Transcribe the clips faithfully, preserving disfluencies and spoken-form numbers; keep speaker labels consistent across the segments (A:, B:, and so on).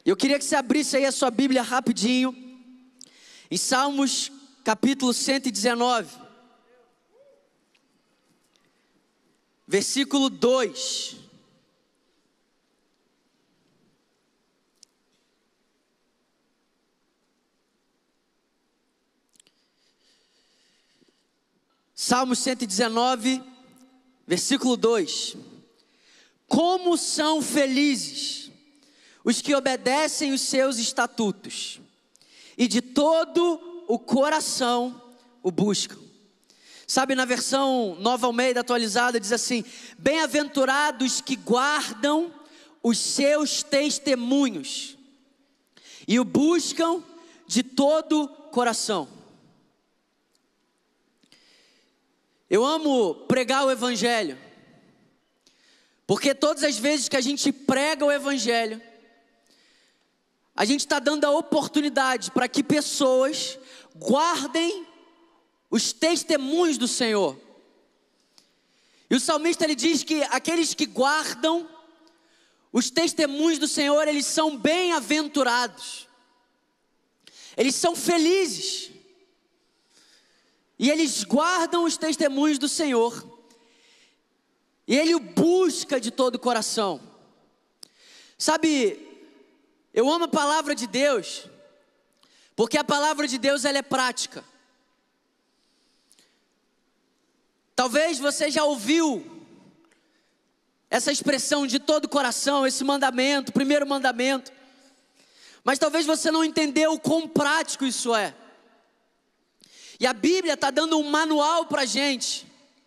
A: Eu queria que você abrisse aí a sua Bíblia rapidinho, em Salmos capítulo cento e dezenove, versículo dois. Salmos cento e dezenove, versículo dois. Como são felizes os que obedecem os seus estatutos e de todo o coração o buscam. Sabe, na versão Nova Almeida atualizada diz assim: bem-aventurados que guardam os seus testemunhos e o buscam de todo o coração. Eu amo pregar o Evangelho, porque todas as vezes que a gente prega o Evangelho, a gente está dando a oportunidade para que pessoas guardem os testemunhos do Senhor. E o salmista ele diz que aqueles que guardam os testemunhos do Senhor, eles são bem-aventurados, eles são felizes. E eles guardam os testemunhos do Senhor. E Ele o busca de todo o coração. Sabe, eu amo a palavra de Deus, porque a palavra de Deus ela é prática. Talvez você já ouviu essa expressão de todo o coração, esse mandamento, o primeiro mandamento. Mas talvez você não entendeu o quão prático isso é. E a Bíblia está dando um manual para a gente.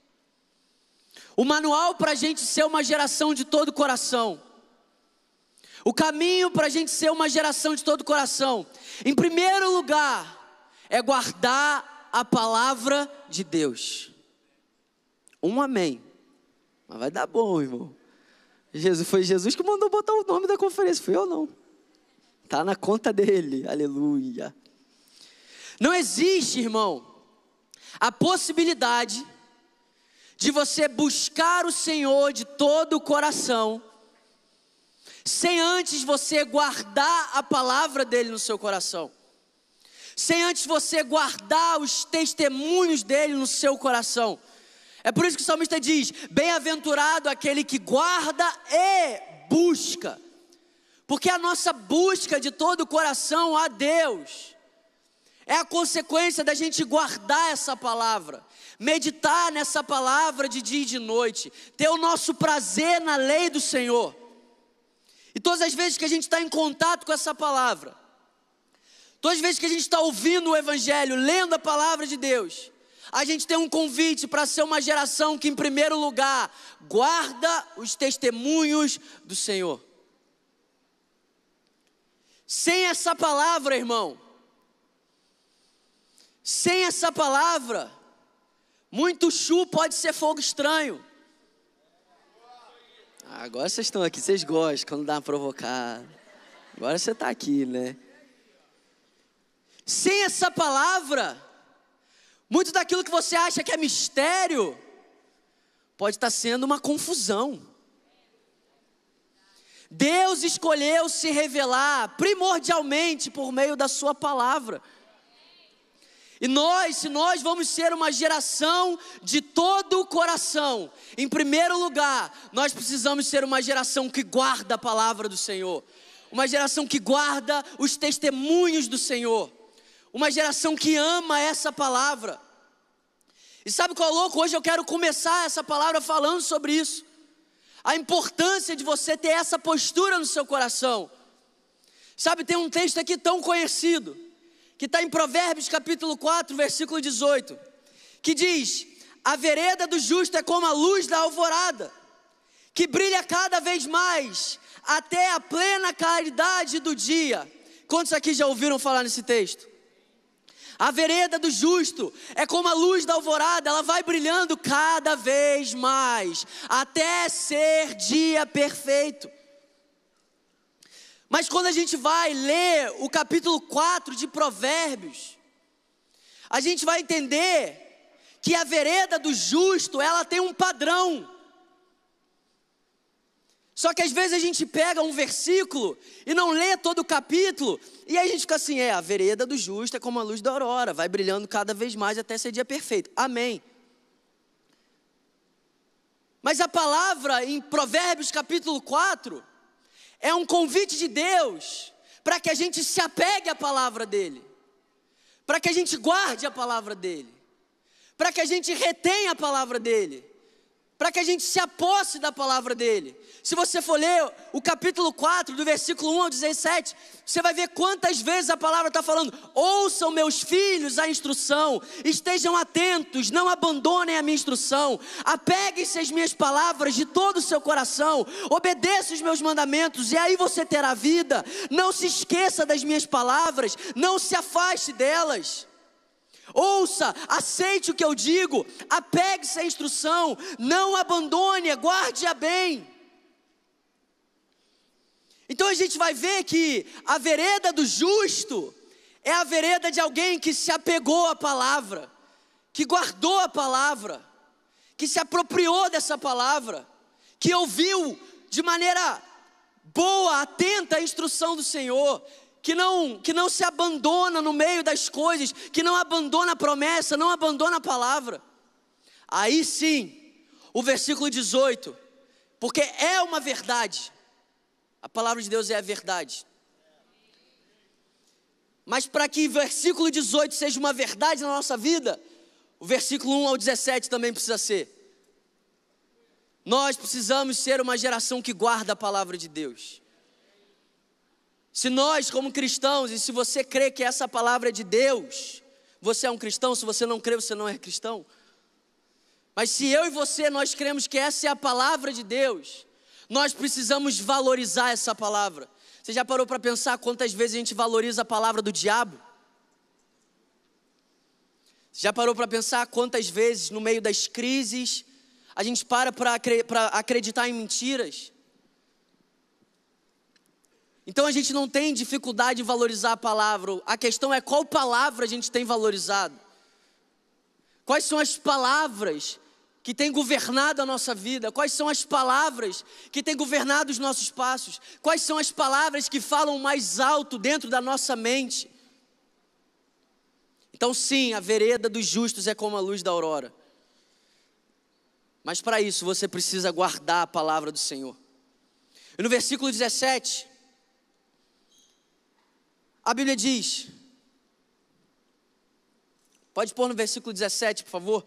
A: O manual para a gente ser uma geração de todo o coração. O caminho para a gente ser uma geração de todo o coração. Em primeiro lugar, é guardar a palavra de Deus. Um amém. Mas vai dar bom, irmão. Jesus, foi Jesus que mandou botar o nome da conferência, fui eu não. Está na conta dele, aleluia. Não existe, irmão, a possibilidade de você buscar o Senhor de todo o coração, sem antes você guardar a palavra dele no seu coração, sem antes você guardar os testemunhos dele no seu coração. É por isso que o salmista diz: bem-aventurado aquele que guarda e busca, porque a nossa busca de todo o coração a Deus é a consequência da gente guardar essa palavra, meditar nessa palavra de dia e de noite, ter o nosso prazer na lei do Senhor. E todas as vezes que a gente está em contato com essa palavra, todas as vezes que a gente está ouvindo o Evangelho, lendo a palavra de Deus, a gente tem um convite para ser uma geração que, em primeiro lugar, guarda os testemunhos do Senhor. Sem essa palavra, irmão, sem essa palavra, muito chu pode ser fogo estranho. Ah, agora vocês estão aqui, vocês gostam quando dá uma provocada. Agora você está aqui, né? Sem essa palavra, muito daquilo que você acha que é mistério, pode estar sendo uma confusão. Deus escolheu se revelar primordialmente por meio da sua palavra. E nós, se nós vamos ser uma geração de todo o coração, em primeiro lugar, nós precisamos ser uma geração que guarda a palavra do Senhor. Uma geração que guarda os testemunhos do Senhor. Uma geração que ama essa palavra. E sabe qual é louco? Hoje eu quero começar essa palavra falando sobre isso. A importância de você ter essa postura no seu coração. Sabe, tem um texto aqui tão conhecido, que está em Provérbios capítulo quatro, versículo dezoito, que diz: a vereda do justo é como a luz da alvorada, que brilha cada vez mais, até a plena claridade do dia. Quantos aqui já ouviram falar nesse texto? A vereda do justo é como a luz da alvorada, ela vai brilhando cada vez mais, até ser dia perfeito. Mas quando a gente vai ler o capítulo quatro de Provérbios, a gente vai entender que a vereda do justo, ela tem um padrão. Só que às vezes a gente pega um versículo e não lê todo o capítulo, e aí a gente fica assim, é, a vereda do justo é como a luz da aurora, vai brilhando cada vez mais até ser dia perfeito. Amém. Mas a palavra em Provérbios capítulo quatro é um convite de Deus para que a gente se apegue à palavra dele, para que a gente guarde a palavra dele, para que a gente retenha a palavra dele, para que a gente se aposse da palavra dele. Se você for ler o capítulo quatro, do versículo um ao dezessete, você vai ver quantas vezes a palavra está falando: ouçam meus filhos a instrução, estejam atentos, não abandonem a minha instrução, apeguem-se às minhas palavras de todo o seu coração, obedeça os meus mandamentos e aí você terá vida. Não se esqueça das minhas palavras, não se afaste delas. Ouça, aceite o que eu digo, apegue-se à instrução, não abandone, guarde-a bem. Então a gente vai ver que a vereda do justo é a vereda de alguém que se apegou à palavra, que guardou a palavra, que se apropriou dessa palavra, que ouviu de maneira boa, atenta à instrução do Senhor, que não, que não se abandona no meio das coisas, que não abandona a promessa, não abandona a palavra. Aí sim, o versículo dezoito, porque é uma verdade, a palavra de Deus é a verdade. Mas para que o versículo dezoito seja uma verdade na nossa vida, o versículo um ao dezessete também precisa ser. Nós precisamos ser uma geração que guarda a palavra de Deus. Se nós como cristãos, e se você crê que essa palavra é de Deus, você é um cristão. Se você não crê, você não é cristão. Mas se eu e você, nós cremos que essa é a palavra de Deus, nós precisamos valorizar essa palavra. Você já parou para pensar quantas vezes a gente valoriza a palavra do diabo? Você já parou para pensar quantas vezes no meio das crises a gente para para acreditar em mentiras? Então a gente não tem dificuldade em valorizar a palavra. A questão é qual palavra a gente tem valorizado. Quais são as palavras que têm governado a nossa vida? Quais são as palavras que têm governado os nossos passos? Quais são as palavras que falam mais alto dentro da nossa mente? Então sim, a vereda dos justos é como a luz da aurora. Mas para isso você precisa guardar a palavra do Senhor. E no versículo dezessete... a Bíblia diz, pode pôr no versículo dezessete, por favor.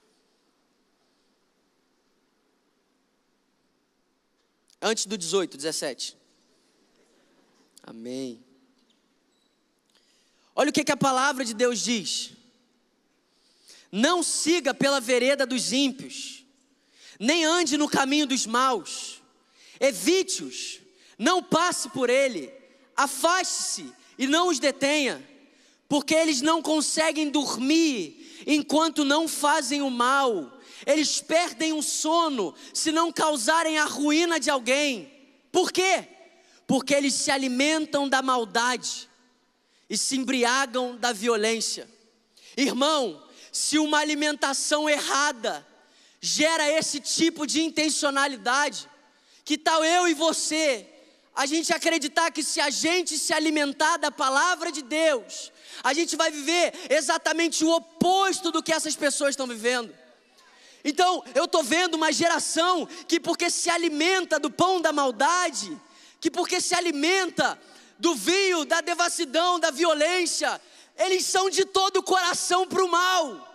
A: Antes do dezoito, dezessete. Amém. Olha o que, que a palavra de Deus diz. Não siga pela vereda dos ímpios, nem ande no caminho dos maus. Evite-os, não passe por ele, afaste-se e não os detenha, porque eles não conseguem dormir enquanto não fazem o mal. Eles perdem o sono se não causarem a ruína de alguém. Por quê? Porque eles se alimentam da maldade e se embriagam da violência. Irmão, se uma alimentação errada gera esse tipo de intencionalidade, que tal eu e você a gente acreditar que se a gente se alimentar da palavra de Deus, a gente vai viver exatamente o oposto do que essas pessoas estão vivendo? Então, eu estou vendo uma geração que porque se alimenta do pão da maldade, que porque se alimenta do vinho, da devassidão, da violência, eles são de todo o coração para o mal.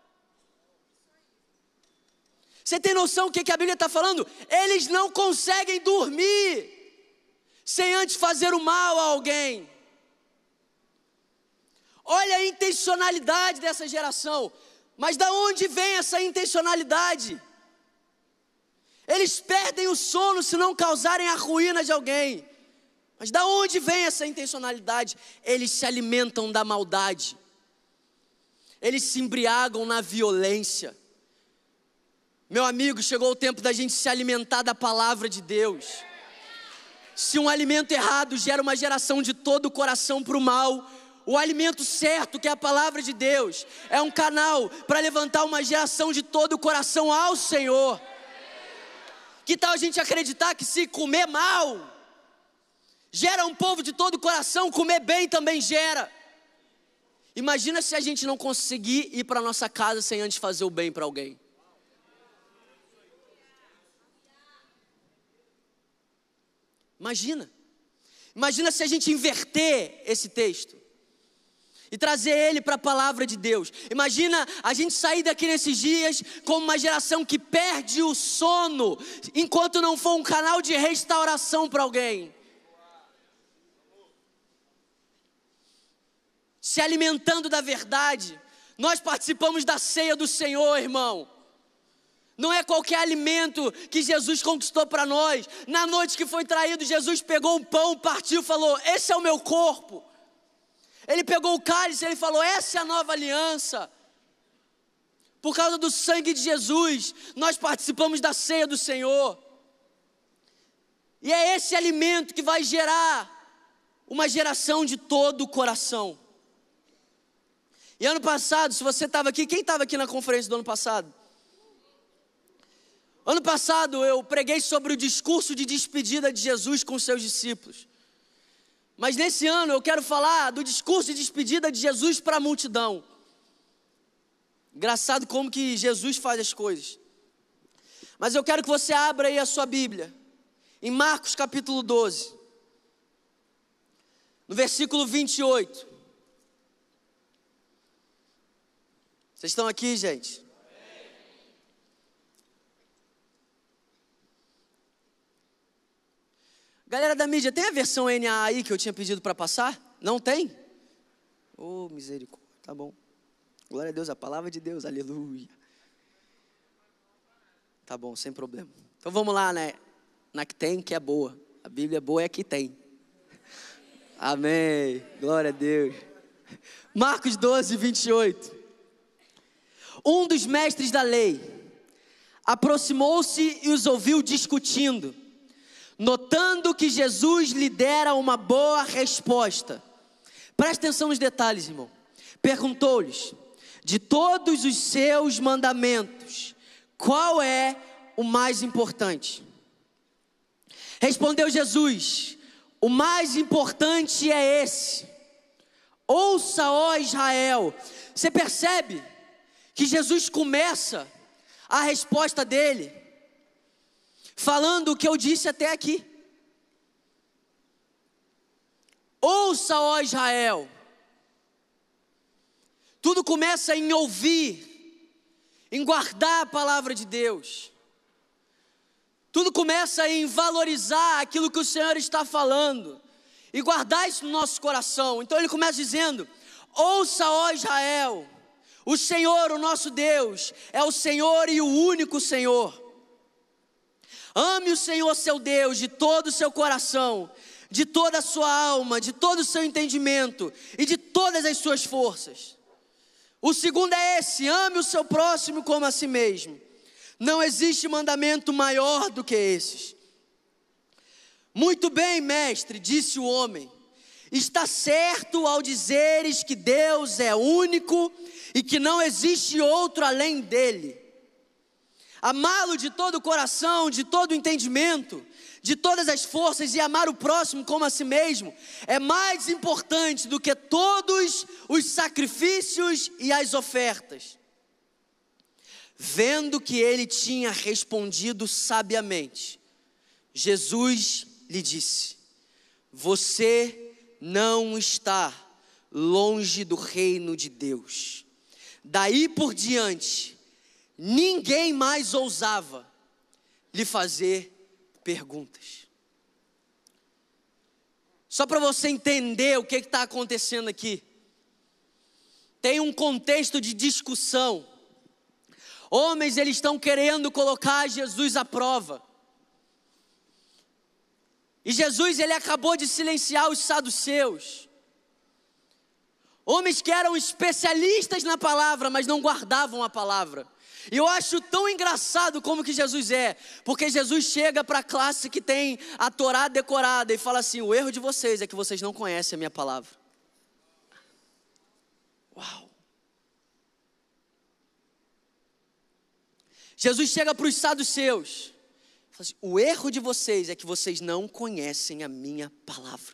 A: Você tem noção do que a Bíblia está falando? Eles não conseguem dormir sem antes fazer o mal a alguém. Olha a intencionalidade dessa geração. Mas da onde vem essa intencionalidade? Eles perdem o sono se não causarem a ruína de alguém. Mas da onde vem essa intencionalidade? Eles se alimentam da maldade. Eles se embriagam na violência. Meu amigo, chegou o tempo da gente se alimentar da palavra de Deus. Se um alimento errado gera uma geração de todo o coração para o mal, o alimento certo, que é a palavra de Deus, é um canal para levantar uma geração de todo o coração ao Senhor. Que tal a gente acreditar que se comer mal gera um povo de todo o coração, comer bem também gera. Imagina se a gente não conseguir ir para nossa casa sem antes fazer o bem para alguém. Imagina. Imagina se a gente inverter esse texto e trazer ele para a palavra de Deus. Imagina a gente sair daqui nesses dias como uma geração que perde o sono enquanto não for um canal de restauração para alguém. Se alimentando da verdade. Nós participamos da ceia do Senhor, irmão. Não é qualquer alimento que Jesus conquistou para nós. Na noite que foi traído, Jesus pegou um pão, partiu e falou: esse é o meu corpo. Ele pegou o cálice, ele falou: essa é a nova aliança. Por causa do sangue de Jesus, nós participamos da ceia do Senhor. E é esse alimento que vai gerar uma geração de todo o coração. E ano passado, se você estava aqui, quem estava aqui na conferência do ano passado? Ano passado eu preguei sobre o discurso de despedida de Jesus com seus discípulos. Mas nesse ano eu quero falar do discurso de despedida de Jesus para a multidão. Engraçado como que Jesus faz as coisas. Mas eu quero que você abra aí a sua Bíblia, em Marcos capítulo doze, no versículo vinte e oito. Vocês estão aqui, gente? Galera da mídia, tem a versão N A aí que eu tinha pedido para passar? Não tem? Oh, misericórdia, tá bom. Glória a Deus, a palavra de Deus, aleluia. Tá bom, sem problema. Então vamos lá, né? Na que tem, que é boa. A Bíblia boa é a que tem. Amém, glória a Deus. Marcos doze, vinte e oito. Um dos mestres da lei aproximou-se e os ouviu discutindo. Notando que Jesus lhe dera uma boa resposta. Presta atenção nos detalhes, irmão. Perguntou-lhes: de todos os seus mandamentos, qual é o mais importante? Respondeu Jesus: o mais importante é esse. Ouça, ó Israel. Você percebe que Jesus começa a resposta dele falando o que eu disse até aqui. Ouça, ó Israel. Tudo começa em ouvir, em guardar a palavra de Deus. Tudo começa em valorizar aquilo que o Senhor está falando e guardar isso no nosso coração. Então ele começa dizendo: ouça, ó Israel, o Senhor, o nosso Deus, é o Senhor e o único Senhor. Ame o Senhor seu Deus de todo o seu coração, de toda a sua alma, de todo o seu entendimento e de todas as suas forças. O segundo é esse: ame o seu próximo como a si mesmo. Não existe mandamento maior do que esses. Muito bem, mestre, disse o homem. Está certo ao dizeres que Deus é único e que não existe outro além dele. Amá-lo de todo o coração, de todo o entendimento, de todas as forças e amar o próximo como a si mesmo é mais importante do que todos os sacrifícios e as ofertas. Vendo que ele tinha respondido sabiamente, Jesus lhe disse: você não está longe do reino de Deus. Daí por diante, ninguém mais ousava lhe fazer perguntas. Só para você entender o que está acontecendo aqui. Tem um contexto de discussão. Homens, eles estão querendo colocar Jesus à prova. E Jesus, ele acabou de silenciar os saduceus. Homens que eram especialistas na palavra, mas não guardavam a palavra. E eu acho tão engraçado como que Jesus é, porque Jesus chega para a classe que tem a Torá decorada e fala assim: o erro de vocês é que vocês não conhecem a minha palavra. Uau! Jesus chega para os saduceus, assim, o erro de vocês é que vocês não conhecem a minha palavra.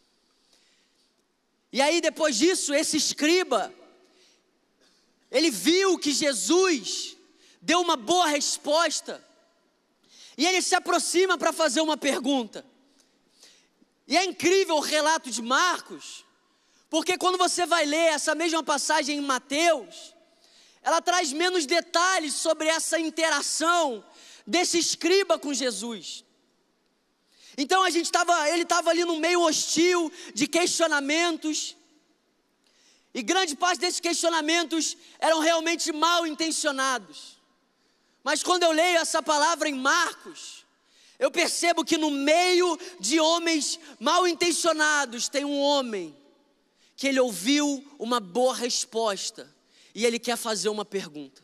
A: E aí depois disso, esse escriba, ele viu que Jesus deu uma boa resposta, e ele se aproxima para fazer uma pergunta. E é incrível o relato de Marcos, porque quando você vai ler essa mesma passagem em Mateus, ela traz menos detalhes sobre essa interação desse escriba com Jesus. Então a gente tava, ele estava ali no meio hostil de questionamentos, e grande parte desses questionamentos eram realmente mal intencionados. Mas quando eu leio essa palavra em Marcos, eu percebo que no meio de homens mal intencionados tem um homem que ele ouviu uma boa resposta e ele quer fazer uma pergunta.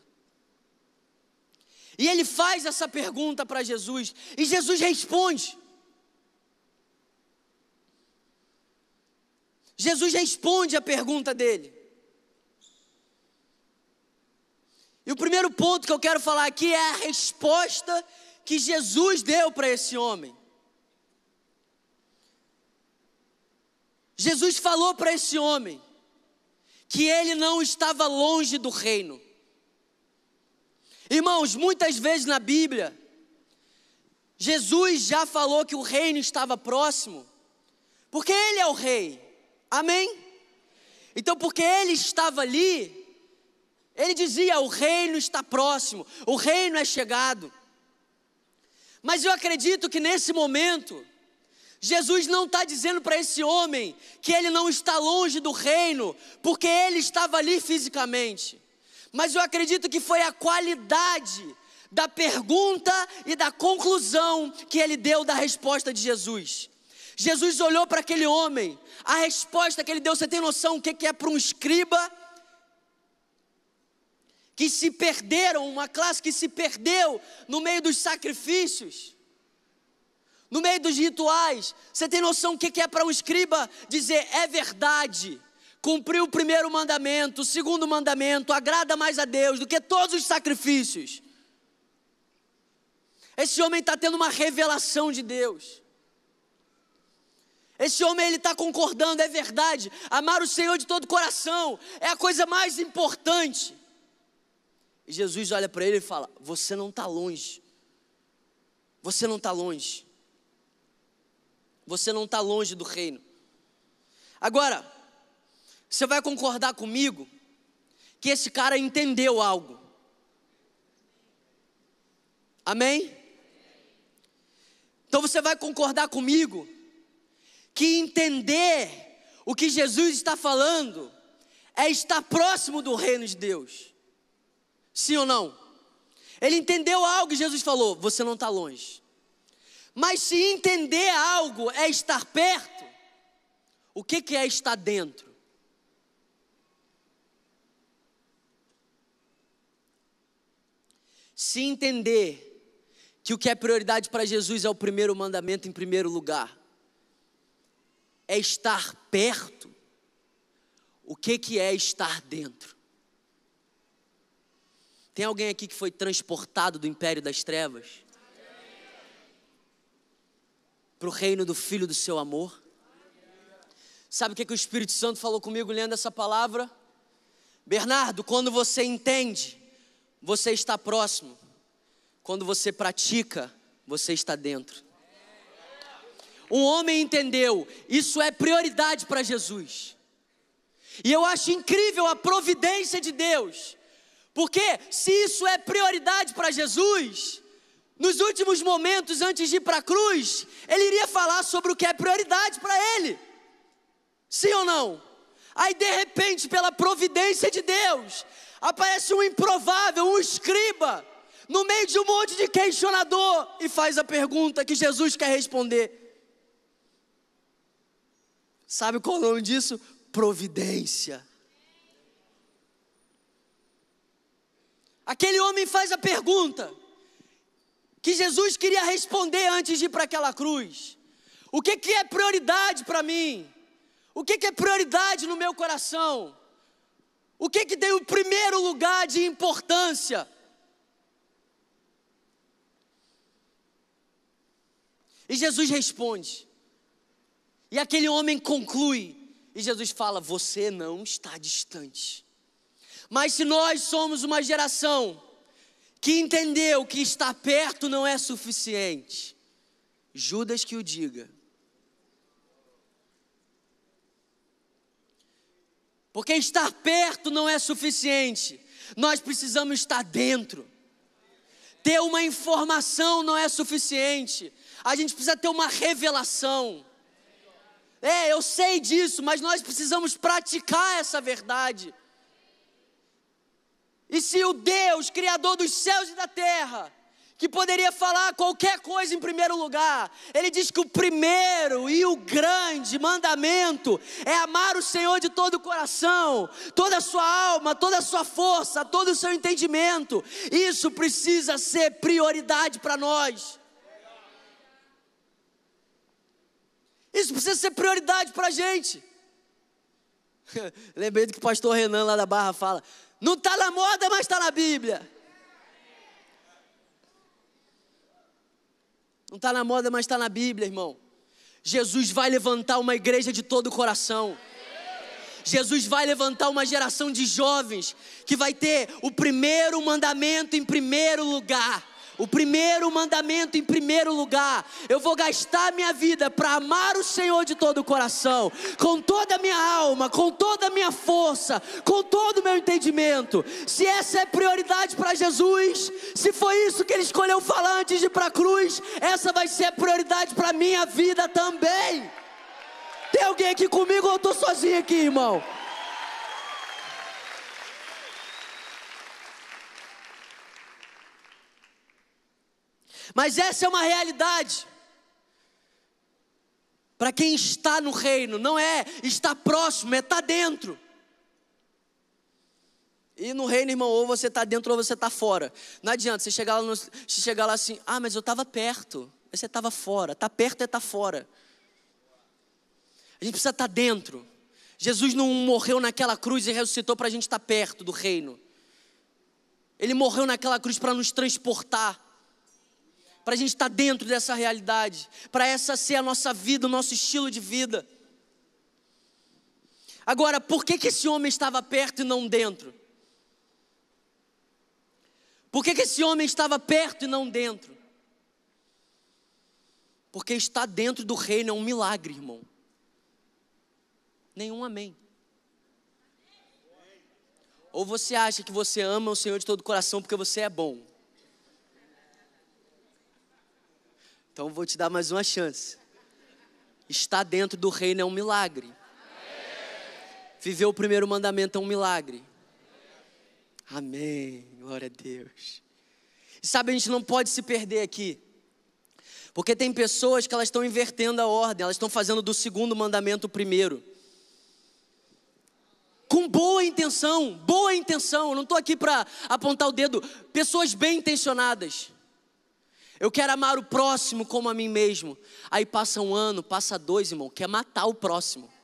A: E ele faz essa pergunta para Jesus e Jesus responde. Jesus responde a pergunta dele. E o primeiro ponto que eu quero falar aqui é a resposta que Jesus deu para esse homem. Jesus falou para esse homem que ele não estava longe do reino. Irmãos, muitas vezes na Bíblia, Jesus já falou que o reino estava próximo, porque ele é o rei, amém? Então porque ele estava ali, ele dizia, o reino está próximo, o reino é chegado. Mas eu acredito que nesse momento, Jesus não está dizendo para esse homem que ele não está longe do reino, porque ele estava ali fisicamente. Mas eu acredito que foi a qualidade da pergunta e da conclusão que ele deu da resposta de Jesus. Jesus olhou para aquele homem, a resposta que ele deu, você tem noção o que é para um escriba que se perderam, uma classe que se perdeu no meio dos sacrifícios, no meio dos rituais? Você tem noção o que é para um escriba dizer, é verdade, cumpriu o primeiro mandamento, o segundo mandamento, agrada mais a Deus do que todos os sacrifícios? Esse homem está tendo uma revelação de Deus. Esse homem, ele está concordando, é verdade, amar o Senhor de todo o coração é a coisa mais importante. E Jesus olha para ele e fala, você não está longe, você não está longe, você não está longe do reino. Agora, você vai concordar comigo que esse cara entendeu algo, amém? Então você vai concordar comigo que entender o que Jesus está falando é estar próximo do reino de Deus. Sim ou não? Ele entendeu algo e Jesus falou, você não está longe. Mas se entender algo é estar perto, o que, que é estar dentro? Se entender que o que é prioridade para Jesus é o primeiro mandamento em primeiro lugar, é estar perto, o que, que é estar dentro? Tem alguém aqui que foi transportado do império das trevas para o reino do Filho do seu amor? Sabe o que, que o Espírito Santo falou comigo lendo essa palavra? Bernardo, quando você entende, você está próximo. Quando você pratica, você está dentro. Um homem entendeu, isso é prioridade para Jesus. E eu acho incrível a providência de Deus. Porque se isso é prioridade para Jesus, nos últimos momentos antes de ir para a cruz, ele iria falar sobre o que é prioridade para ele. Sim ou não? Aí de repente, pela providência de Deus, aparece um improvável, um escriba, no meio de um monte de questionador, e faz a pergunta que Jesus quer responder. Sabe qual é o nome disso? Providência. Aquele homem faz a pergunta que Jesus queria responder antes de ir para aquela cruz. O que, que é prioridade para mim? O que, que é prioridade no meu coração? O que, que tem o primeiro lugar de importância? E Jesus responde. E aquele homem conclui. E Jesus fala: você não está distante. Mas se nós somos uma geração que entendeu que estar perto não é suficiente, Judas que o diga. Porque estar perto não é suficiente. Nós precisamos estar dentro. Ter uma informação não é suficiente. A gente precisa ter uma revelação. É, eu sei disso, mas nós precisamos praticar essa verdade. E se o Deus, Criador dos céus e da terra, que poderia falar qualquer coisa em primeiro lugar, Ele diz que o primeiro e o grande mandamento é amar o Senhor de todo o coração, toda a sua alma, toda a sua força, todo o seu entendimento. Isso precisa ser prioridade para nós. Isso precisa ser prioridade para a gente. Lembrei do que o pastor Renan lá da Barra fala: não está na moda, mas está na Bíblia. Não está na moda, mas está na Bíblia, irmão. Jesus vai levantar uma igreja de todo o coração. Jesus vai levantar uma geração de jovens que vai ter o primeiro mandamento em primeiro lugar. O primeiro mandamento em primeiro lugar. Eu vou gastar minha vida para amar o Senhor de todo o coração, com toda a minha alma, com toda a minha força, com todo o meu entendimento. Se essa é prioridade para Jesus, se foi isso que Ele escolheu falar antes de ir para a cruz, essa vai ser a prioridade para a minha vida também. Tem alguém aqui comigo ou eu estou sozinho aqui, irmão? Mas essa é uma realidade para quem está no reino. Não é estar próximo, é estar dentro. E no reino, irmão, ou você está dentro ou você está fora. Não adianta você chegar lá, no, chegar lá assim: ah, mas eu estava perto. Mas você estava fora. Estar perto é estar fora. A gente precisa estar dentro. Jesus não morreu naquela cruz e ressuscitou para a gente estar perto do reino. Ele morreu naquela cruz para nos transportar, para a gente estar dentro dessa realidade, para essa ser a nossa vida, o nosso estilo de vida. Agora, por que que esse homem estava perto e não dentro? Por que que esse homem estava perto e não dentro? Porque estar dentro do reino é um milagre, irmão. Nenhum amém. Ou você acha que você ama o Senhor de todo o coração porque você é bom? Então eu vou te dar mais uma chance. Estar dentro do reino é um milagre. Viver o primeiro mandamento é um milagre. Amém, glória a Deus. E sabe, a gente não pode se perder aqui. Porque tem pessoas que elas estão invertendo a ordem. Elas estão fazendo do segundo mandamento o primeiro. Com boa intenção, boa intenção. Eu não estou aqui para apontar o dedo. Pessoas bem intencionadas. Eu quero amar o próximo como a mim mesmo. Aí passa um ano, passa dois, irmão, quer matar o próximo.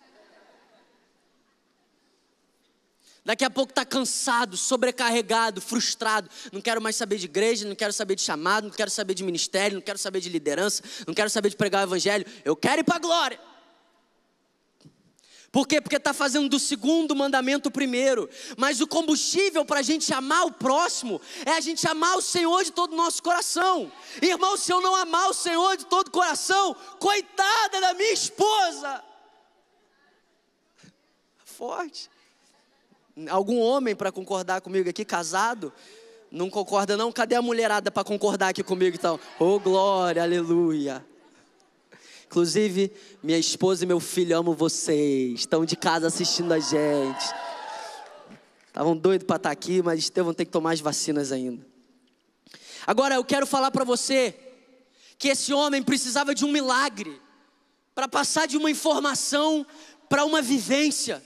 A: Daqui a pouco está cansado, sobrecarregado, frustrado. Não quero mais saber de igreja, não quero saber de chamado, não quero saber de ministério, não quero saber de liderança, não quero saber de pregar o evangelho. Eu quero ir para a glória. Por quê? Porque está fazendo do segundo mandamento o primeiro. Mas o combustível para a gente amar o próximo é a gente amar o Senhor de todo o nosso coração. Irmão, se eu não amar o Senhor de todo o coração, coitada da minha esposa. Forte. Algum homem para concordar comigo aqui, casado? Não concorda não? Cadê a mulherada para concordar aqui comigo então? Oh glória, aleluia. Inclusive, minha esposa e meu filho amam vocês. Estão de casa assistindo a gente. Estavam doidos para estar aqui, mas Estevão tem que tomar as vacinas ainda. Agora eu quero falar para você que esse homem precisava de um milagre para passar de uma informação para uma vivência.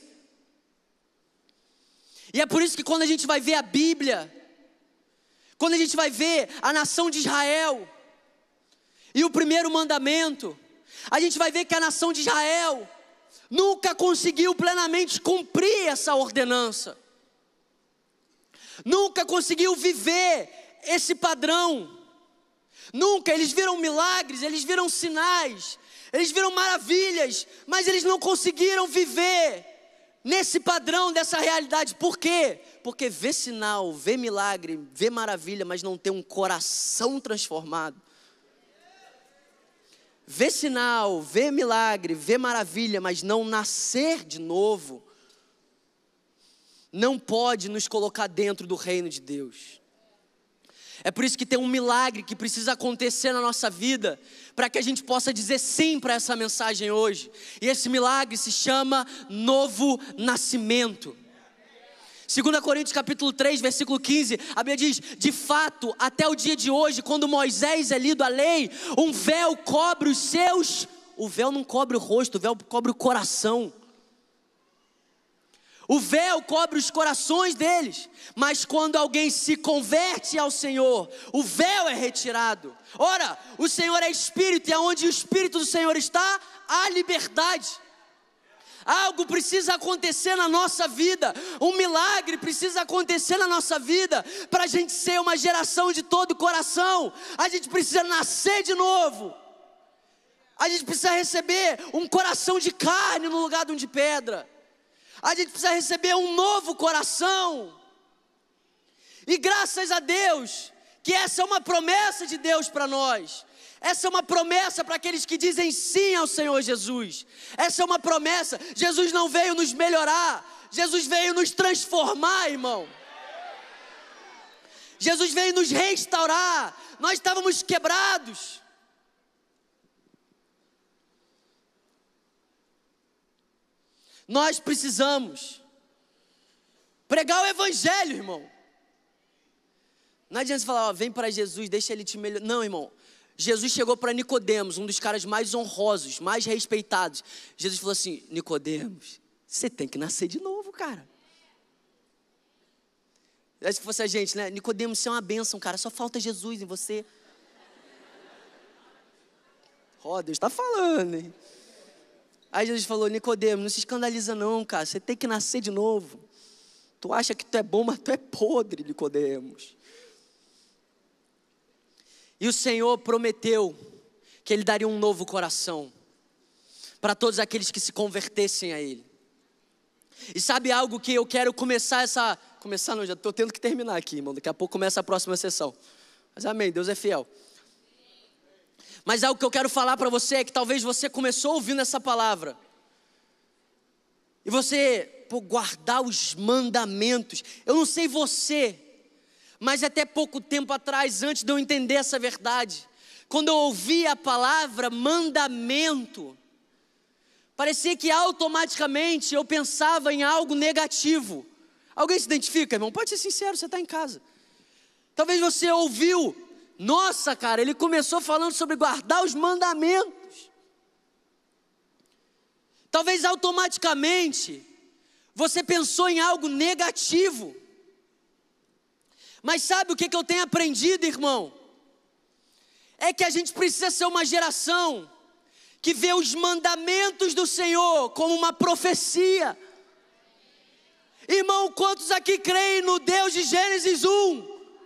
A: E é por isso que quando a gente vai ver a Bíblia, quando a gente vai ver a nação de Israel e o primeiro mandamento, a gente vai ver que a nação de Israel nunca conseguiu plenamente cumprir essa ordenança. Nunca conseguiu viver esse padrão. Nunca. Eles viram milagres, eles viram sinais, eles viram maravilhas, mas eles não conseguiram viver nesse padrão dessa realidade. Por quê? Porque vê sinal, vê milagre, vê maravilha, mas não tem um coração transformado. Vê sinal, vê milagre, vê maravilha, mas não nascer de novo, não pode nos colocar dentro do reino de Deus. É por isso que tem um milagre que precisa acontecer na nossa vida, para que a gente possa dizer sim para essa mensagem hoje. E esse milagre se chama novo nascimento. dois Coríntios capítulo três, versículo quinze, a Bíblia diz: de fato, até o dia de hoje, quando Moisés é lido a lei, um véu cobre os seus, o véu não cobre o rosto, o véu cobre o coração. O véu cobre os corações deles, mas quando alguém se converte ao Senhor, o véu é retirado. Ora, o Senhor é Espírito, e aonde o Espírito do Senhor está, há liberdade. Algo precisa acontecer na nossa vida, um milagre precisa acontecer na nossa vida, para a gente ser uma geração de todo o coração. A gente precisa nascer de novo, a gente precisa receber um coração de carne no lugar de um de pedra. A gente precisa receber um novo coração. E graças a Deus, que essa é uma promessa de Deus para nós. Essa é uma promessa para aqueles que dizem sim ao Senhor Jesus. Essa é uma promessa. Jesus não veio nos melhorar, Jesus veio nos transformar, irmão. Jesus veio nos restaurar. Nós estávamos quebrados. Nós precisamos pregar o evangelho, irmão. Não adianta você falar, ó, vem para Jesus, deixa ele te melhorar. Não, irmão. Jesus chegou para Nicodemos, um dos caras mais honrosos, mais respeitados. Jesus falou assim: Nicodemos, você tem que nascer de novo, cara. Se fosse a gente, né? Nicodemos, você é uma bênção, cara. Só falta Jesus em você. Ó, oh, Deus está falando, hein? Aí Jesus falou: Nicodemos, não se escandaliza não, cara. Você tem que nascer de novo. Tu acha que tu é bom, mas tu é podre, Nicodemos. E o Senhor prometeu que Ele daria um novo coração para todos aqueles que se convertessem a Ele. E sabe algo que eu quero começar essa... Começar não, já estou tendo que terminar aqui, irmão. Daqui a pouco começa a próxima sessão. Mas amém, Deus é fiel. Mas algo que eu quero falar para você é que talvez você começou ouvindo essa palavra. E você, pô, guardar os mandamentos. Eu não sei você, mas até pouco tempo atrás, antes de eu entender essa verdade, quando eu ouvi a palavra mandamento, parecia que automaticamente eu pensava em algo negativo. Alguém se identifica, irmão? Pode ser sincero, você está em casa. Talvez você ouviu, nossa, cara, ele começou falando sobre guardar os mandamentos. Talvez automaticamente você pensou em algo negativo. Mas sabe o que, que eu tenho aprendido, irmão? É que a gente precisa ser uma geração que vê os mandamentos do Senhor como uma profecia. Irmão, quantos aqui creem no Deus de Gênesis um?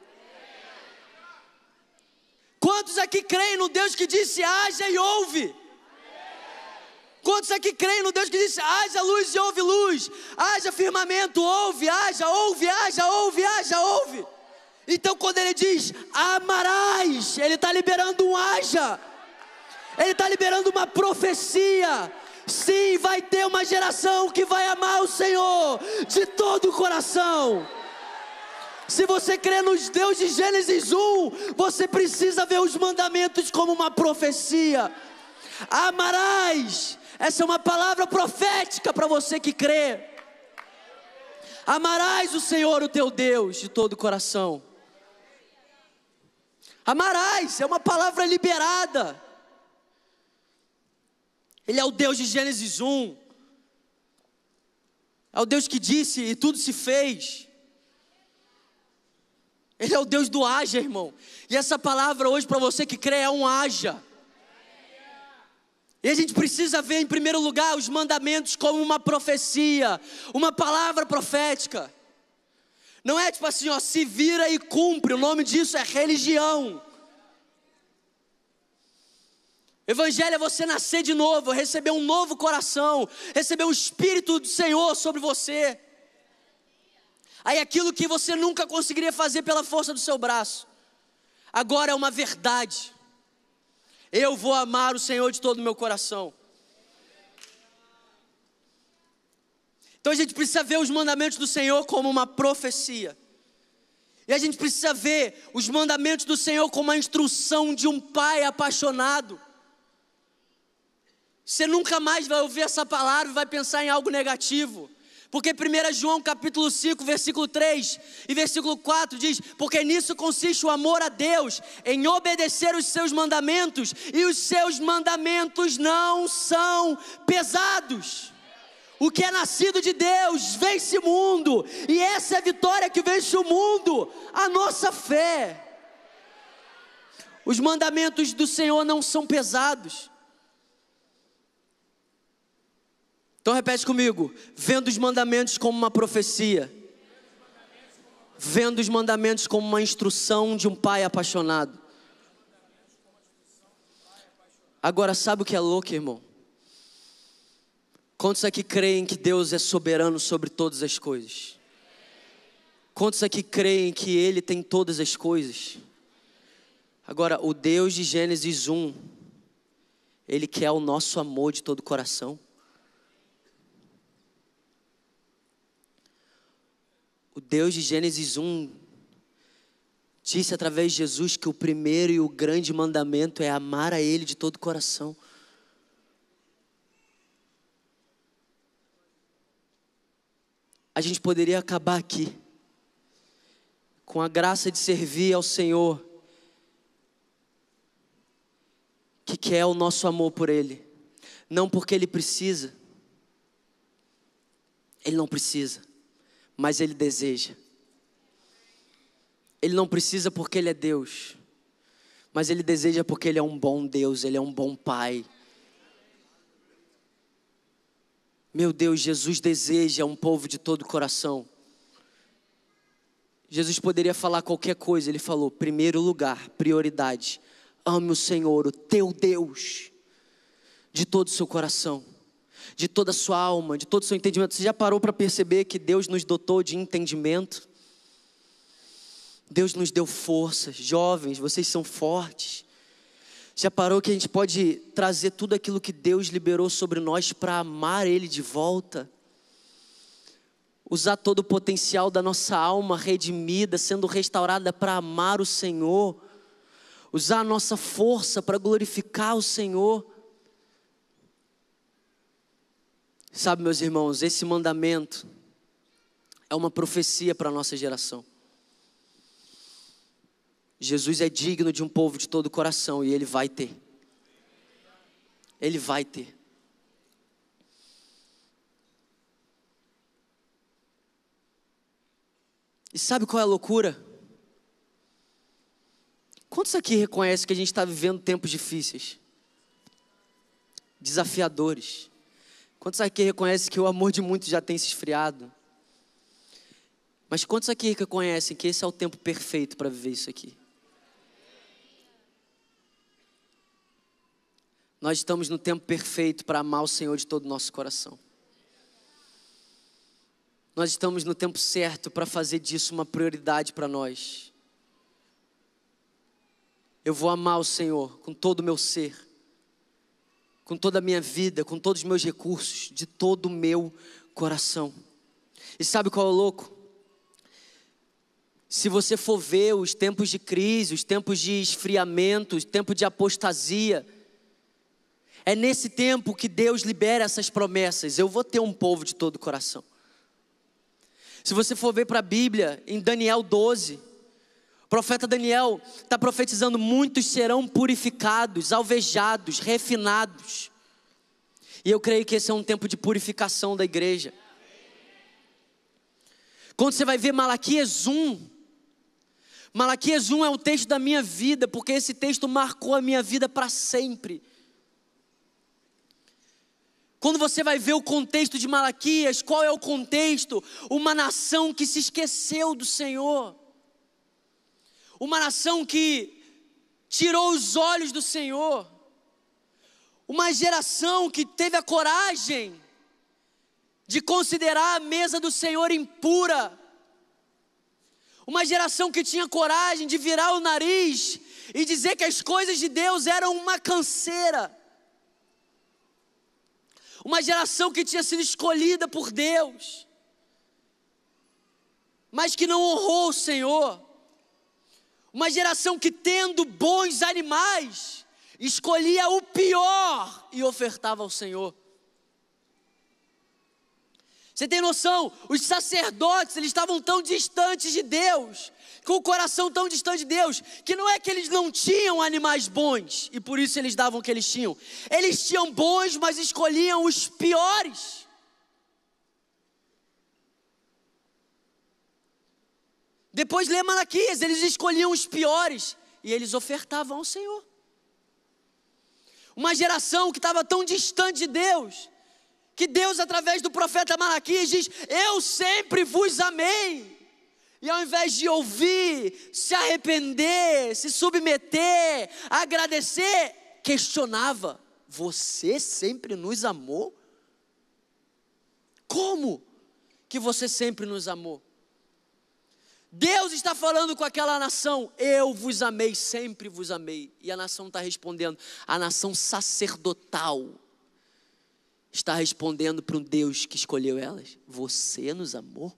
A: Quantos aqui creem no Deus que disse haja e ouve? Quantos aqui creem no Deus que disse haja luz e ouve luz? Haja firmamento, ouve, haja, ouve, haja, ouve, haja, ouve. Então quando ele diz amarás, ele está liberando um haja. Ele está liberando uma profecia. Sim, vai ter uma geração que vai amar o Senhor de todo o coração. Se você crê nos Deus de Gênesis um, você precisa ver os mandamentos como uma profecia. Amarás, essa é uma palavra profética para você que crê. Amarás o Senhor, o teu Deus, de todo o coração. Amarás, é uma palavra liberada. Ele é o Deus de Gênesis um. É o Deus que disse e tudo se fez. Ele é o Deus do haja, irmão. E essa palavra hoje para você que crê é um haja. E a gente precisa ver em primeiro lugar os mandamentos como uma profecia, uma palavra profética. Não é tipo assim, ó, se vira e cumpre. O nome disso é religião. Evangelho é você nascer de novo, receber um novo coração, receber o Espírito do Senhor sobre você. Aí aquilo que você nunca conseguiria fazer pela força do seu braço, agora é uma verdade. Eu vou amar o Senhor de todo o meu coração. Então a gente precisa ver os mandamentos do Senhor como uma profecia. E a gente precisa ver os mandamentos do Senhor como a instrução de um pai apaixonado. Você nunca mais vai ouvir essa palavra e vai pensar em algo negativo. Porque primeiro João capítulo cinco, versículo três e versículo quatro diz: porque nisso consiste o amor a Deus, em obedecer os seus mandamentos, e os seus mandamentos não são pesados. O que é nascido de Deus vence o mundo, e essa é a vitória que vence o mundo, a nossa fé. Os mandamentos do Senhor não são pesados. Então repete comigo: vendo os mandamentos como uma profecia, vendo os mandamentos como uma instrução de um pai apaixonado. Agora, sabe o que é louco, irmão? Quantos aqui creem que Deus é soberano sobre todas as coisas? Quantos aqui creem que Ele tem todas as coisas? Agora, o Deus de Gênesis um, Ele quer o nosso amor de todo o coração. O Deus de Gênesis um disse através de Jesus que o primeiro e o grande mandamento é amar a Ele de todo o coração. A gente poderia acabar aqui, com a graça de servir ao Senhor, que quer o nosso amor por Ele, não porque Ele precisa, Ele não precisa, mas Ele deseja. Ele não precisa porque Ele é Deus, mas Ele deseja porque Ele é um bom Deus, Ele é um bom Pai. Meu Deus, Jesus deseja um povo de todo o coração. Jesus poderia falar qualquer coisa, Ele falou: primeiro lugar, prioridade, ame o Senhor, o teu Deus, de todo o seu coração, de toda a sua alma, de todo o seu entendimento. Você já parou para perceber que Deus nos dotou de entendimento? Deus nos deu força. Jovens, vocês são fortes. Já parou que a gente pode trazer tudo aquilo que Deus liberou sobre nós para amar Ele de volta? Usar todo o potencial da nossa alma redimida, sendo restaurada para amar o Senhor. Usar a nossa força para glorificar o Senhor. Sabe, meus irmãos, esse mandamento é uma profecia para a nossa geração. Jesus é digno de um povo de todo o coração e Ele vai ter. Ele vai ter. E sabe qual é a loucura? Quantos aqui reconhecem que a gente está vivendo tempos difíceis? Desafiadores. Quantos aqui reconhecem que o amor de muitos já tem se esfriado? Mas quantos aqui reconhecem que esse é o tempo perfeito para viver isso aqui? Nós estamos no tempo perfeito para amar o Senhor de todo o nosso coração. Nós estamos no tempo certo para fazer disso uma prioridade para nós. Eu vou amar o Senhor com todo o meu ser, com toda a minha vida, com todos os meus recursos, de todo o meu coração. E sabe qual é o louco? Se você for ver os tempos de crise, os tempos de esfriamento, os tempos de apostasia, é nesse tempo que Deus libera essas promessas. Eu vou ter um povo de todo o coração. Se você for ver para a Bíblia, em Daniel doze, o profeta Daniel está profetizando: muitos serão purificados, alvejados, refinados. E eu creio que esse é um tempo de purificação da igreja. Quando você vai ver Malaquias um, Malaquias um é o texto da minha vida, porque esse texto marcou a minha vida para sempre. Quando você vai ver o contexto de Malaquias, qual é o contexto? Uma nação que se esqueceu do Senhor. Uma nação que tirou os olhos do Senhor. Uma geração que teve a coragem de considerar a mesa do Senhor impura. Uma geração que tinha coragem de virar o nariz e dizer que as coisas de Deus eram uma canseira. Uma geração que tinha sido escolhida por Deus, mas que não honrou o Senhor. Uma geração que, tendo bons animais, escolhia o pior e ofertava ao Senhor. Você tem noção? Os sacerdotes, eles estavam tão distantes de Deus, com o coração tão distante de Deus, que não é que eles não tinham animais bons, e por isso eles davam o que eles tinham. Eles tinham bons, mas escolhiam os piores. Depois lê Malaquias, eles escolhiam os piores, e eles ofertavam ao Senhor. Uma geração que estava tão distante de Deus, que Deus, através do profeta Malaquias, diz: eu sempre vos amei. E ao invés de ouvir, se arrepender, se submeter, agradecer, questionava: você sempre nos amou? Como que você sempre nos amou? Deus está falando com aquela nação: eu vos amei, sempre vos amei. E a nação está respondendo, a nação sacerdotal está respondendo para um Deus que escolheu elas: você nos amou?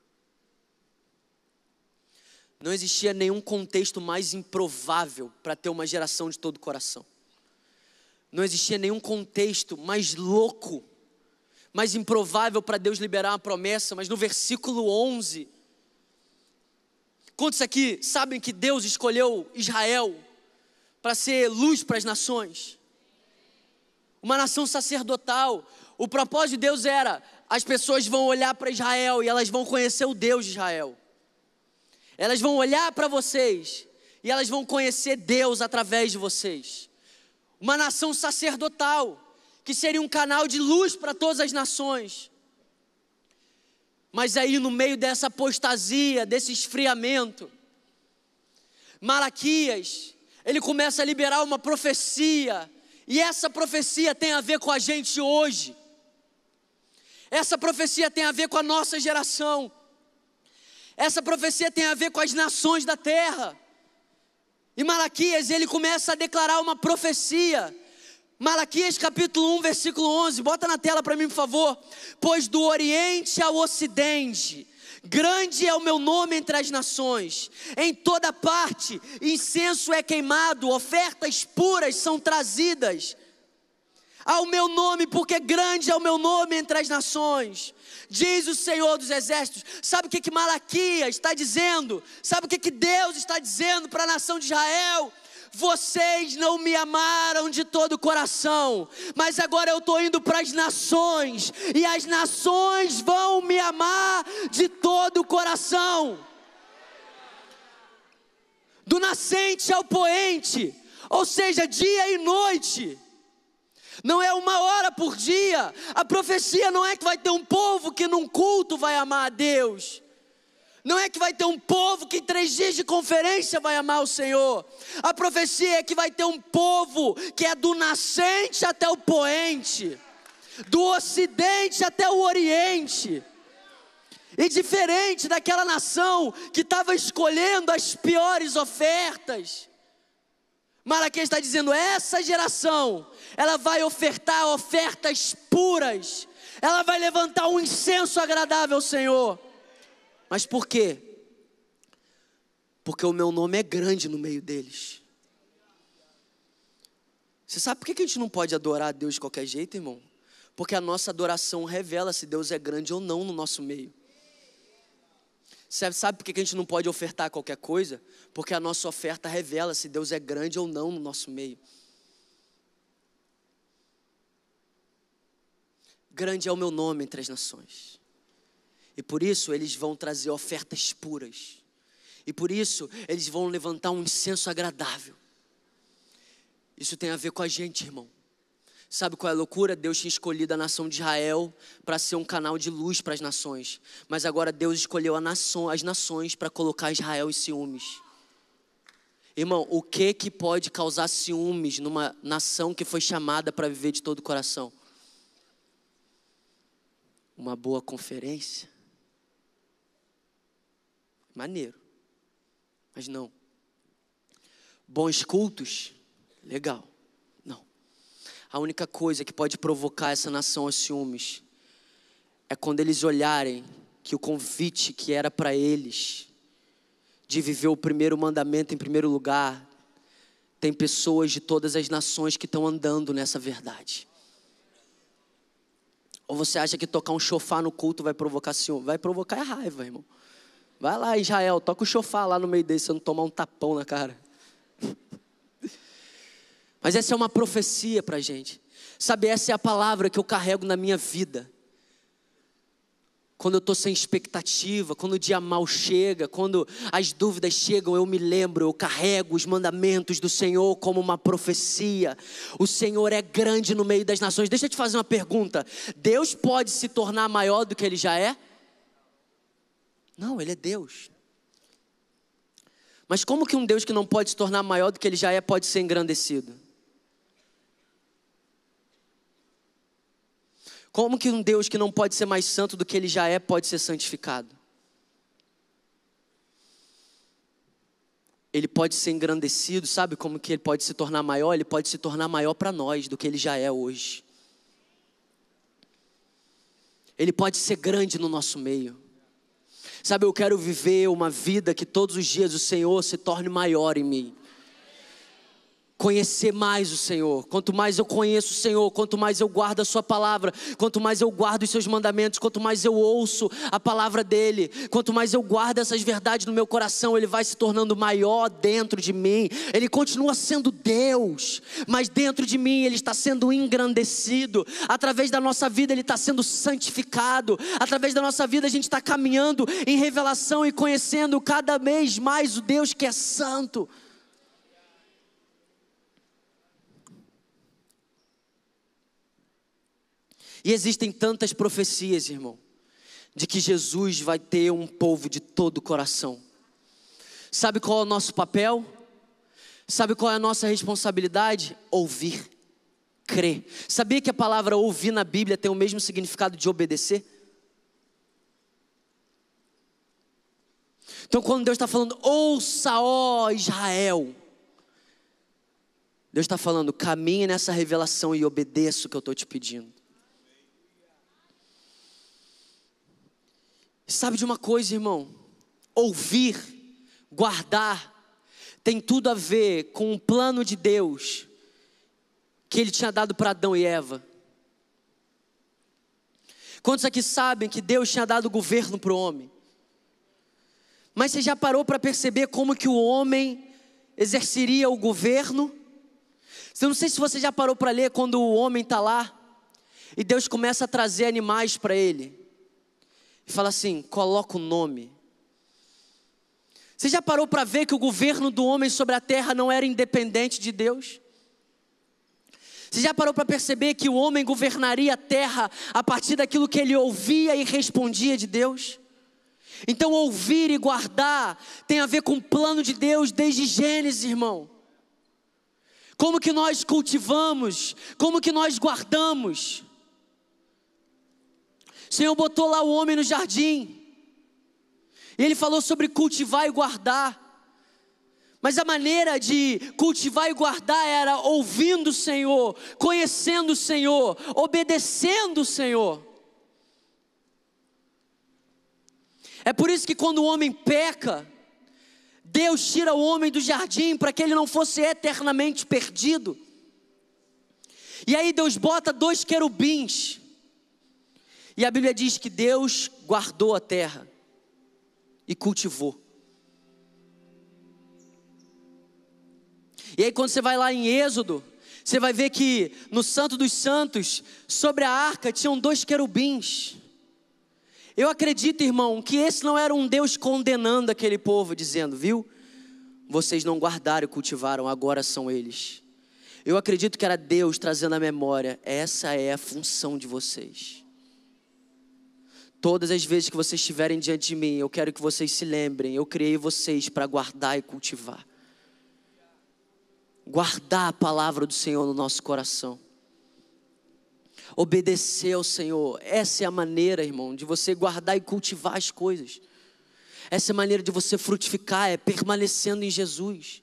A: Não existia nenhum contexto mais improvável para ter uma geração de todo o coração. Não existia nenhum contexto mais louco, mais improvável para Deus liberar uma promessa. Mas no versículo onze, quantos aqui sabem que Deus escolheu Israel para ser luz para as nações? Uma nação sacerdotal. O propósito de Deus era: as pessoas vão olhar para Israel e elas vão conhecer o Deus de Israel. Elas vão olhar para vocês e elas vão conhecer Deus através de vocês. Uma nação sacerdotal, que seria um canal de luz para todas as nações. Mas aí, no meio dessa apostasia, desse esfriamento, Malaquias, ele começa a liberar uma profecia. E essa profecia tem a ver com a gente hoje. Essa profecia tem a ver com a nossa geração. Essa profecia tem a ver com as nações da terra. E Malaquias, ele começa a declarar uma profecia. Malaquias capítulo um, versículo onze. Bota na tela para mim, por favor. Pois do oriente ao ocidente, grande é o meu nome entre as nações. Em toda parte, incenso é queimado, ofertas puras são trazidas ao meu nome, porque grande é o meu nome entre as nações, diz o Senhor dos Exércitos. Sabe o que que Malaquias está dizendo? Sabe o que que Deus está dizendo para a nação de Israel? Vocês não me amaram de todo o coração, mas agora eu estou indo para as nações, e as nações vão me amar de todo o coração. Do nascente ao poente, ou seja, dia e noite. Não é uma hora por dia. A profecia não é que vai ter um povo que num culto vai amar a Deus. Não é que vai ter um povo que em três dias de conferência vai amar o Senhor. A profecia é que vai ter um povo que é do nascente até o poente, do ocidente até o oriente. E diferente daquela nação que estava escolhendo as piores ofertas, Malaquias está dizendo: essa geração, ela vai ofertar ofertas puras. Ela vai levantar um incenso agradável ao Senhor. Mas por quê? Porque o meu nome é grande no meio deles. Você sabe por que a gente não pode adorar a Deus de qualquer jeito, irmão? Porque a nossa adoração revela se Deus é grande ou não no nosso meio. Você sabe por que a gente não pode ofertar qualquer coisa? Porque a nossa oferta revela se Deus é grande ou não no nosso meio. Grande é o meu nome entre as nações. E por isso eles vão trazer ofertas puras. E por isso eles vão levantar um incenso agradável. Isso tem a ver com a gente, irmão. Sabe qual é a loucura? Deus tinha escolhido a nação de Israel para ser um canal de luz para as nações. Mas agora Deus escolheu a nação, as nações para colocar Israel em ciúmes. Irmão, o que que pode causar ciúmes numa nação que foi chamada para viver de todo o coração? Uma boa conferência? Maneiro. Mas não. Bons cultos? Legal. Não. A única coisa que pode provocar essa nação aos ciúmes é quando eles olharem que o convite que era para eles de viver o primeiro mandamento em primeiro lugar, tem pessoas de todas as nações que estão andando nessa verdade. Ou você acha que tocar um chofar no culto vai provocar ciúme? Vai provocar a raiva, irmão. Vai lá, Israel, toca o chofar lá no meio dele, você não tomar um tapão na cara. Mas essa é uma profecia para a gente. Sabe, essa é a palavra que eu carrego na minha vida. Quando eu estou sem expectativa, quando o dia mal chega, quando as dúvidas chegam, eu me lembro, eu carrego os mandamentos do Senhor como uma profecia. O Senhor é grande no meio das nações. Deixa eu te fazer uma pergunta. Deus pode se tornar maior do que Ele já é? Não, Ele é Deus. Mas como que um Deus que não pode se tornar maior do que Ele já é pode ser engrandecido? Como que um Deus que não pode ser mais santo do que Ele já é pode ser santificado? Ele pode ser engrandecido, sabe como que Ele pode se tornar maior? Ele pode se tornar maior para nós do que Ele já é hoje. Ele pode ser grande no nosso meio. Sabe, eu quero viver uma vida que todos os dias o Senhor se torne maior em mim. Conhecer mais o Senhor. Quanto mais eu conheço o Senhor, quanto mais eu guardo a sua palavra, quanto mais eu guardo os seus mandamentos, quanto mais eu ouço a palavra dele, quanto mais eu guardo essas verdades no meu coração, ele vai se tornando maior dentro de mim. Ele continua sendo Deus, mas dentro de mim ele está sendo engrandecido. Através da nossa vida ele está sendo santificado. Através da nossa vida a gente está caminhando em revelação e conhecendo cada vez mais o Deus que é santo. E existem tantas profecias, irmão, de que Jesus vai ter um povo de todo o coração. Sabe qual é o nosso papel? Sabe qual é a nossa responsabilidade? Ouvir, crer. Sabia que a palavra ouvir na Bíblia tem o mesmo significado de obedecer? Então quando Deus está falando, ouça, ó Israel, Deus está falando, caminhe nessa revelação e obedeça o que eu estou te pedindo. Sabe de uma coisa, irmão? Ouvir, guardar, tem tudo a ver com o plano de Deus que Ele tinha dado para Adão e Eva. Quantos aqui sabem que Deus tinha dado governo para o homem? Mas você já parou para perceber como que o homem exerceria o governo? Eu não sei se você já parou para ler quando o homem está lá e Deus começa a trazer animais para ele. E fala assim, coloca o nome. Você já parou para ver que o governo do homem sobre a terra não era independente de Deus? Você já parou para perceber que o homem governaria a terra a partir daquilo que ele ouvia e respondia de Deus? Então ouvir e guardar tem a ver com o plano de Deus desde Gênesis, irmão. Como que nós cultivamos, como que nós guardamos. O Senhor botou lá o homem no jardim. E Ele falou sobre cultivar e guardar. Mas a maneira de cultivar e guardar era ouvindo o Senhor, conhecendo o Senhor, obedecendo o Senhor. É por isso que quando o homem peca, Deus tira o homem do jardim para que ele não fosse eternamente perdido. E aí Deus bota dois querubins. E a Bíblia diz que Deus guardou a terra e cultivou. E aí quando você vai lá em Êxodo, você vai ver que no Santo dos Santos, sobre a arca tinham dois querubins. Eu acredito, irmão, que esse não era um Deus condenando aquele povo, dizendo, viu? Vocês não guardaram e cultivaram, agora são eles. Eu acredito que era Deus trazendo à memória, essa é a função de vocês. Todas as vezes que vocês estiverem diante de mim, eu quero que vocês se lembrem, eu criei vocês para guardar e cultivar. guardar a palavra do Senhor no nosso coração, obedecer ao Senhor. Essa é a maneira, irmão, de você guardar e cultivar as coisas. Essa é a maneira de você frutificar, é permanecendo em Jesus.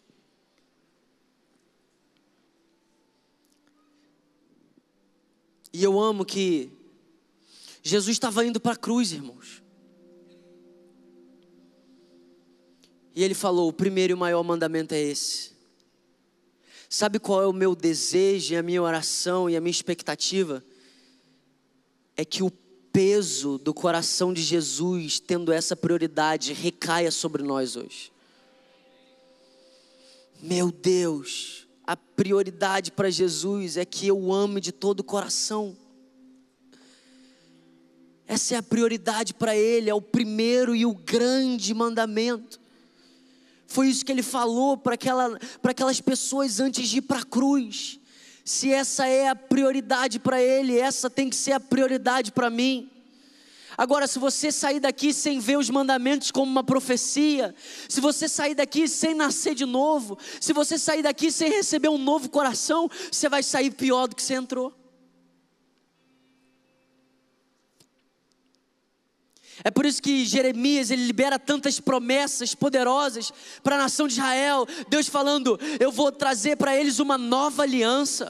A: E eu amo que Jesus estava indo para a cruz, irmãos. E ele falou, o primeiro e o maior mandamento é esse. Sabe qual é o meu desejo, e a minha oração e a minha expectativa? É que o peso do coração de Jesus, tendo essa prioridade, recaia sobre nós hoje. Meu Deus, a prioridade para Jesus é que eu ame de todo o coração. Essa é a prioridade para Ele, é o primeiro e o grande mandamento. Foi isso que Ele falou para aquela, para aquelas pessoas antes de ir para a cruz. Se essa é a prioridade para Ele, essa tem que ser a prioridade para mim. Agora, se você sair daqui sem ver os mandamentos como uma profecia, se você sair daqui sem nascer de novo, se você sair daqui sem receber um novo coração, você vai sair pior do que você entrou. É por isso que Jeremias, ele libera tantas promessas poderosas para a nação de Israel. Deus falando, eu vou trazer para eles uma nova aliança.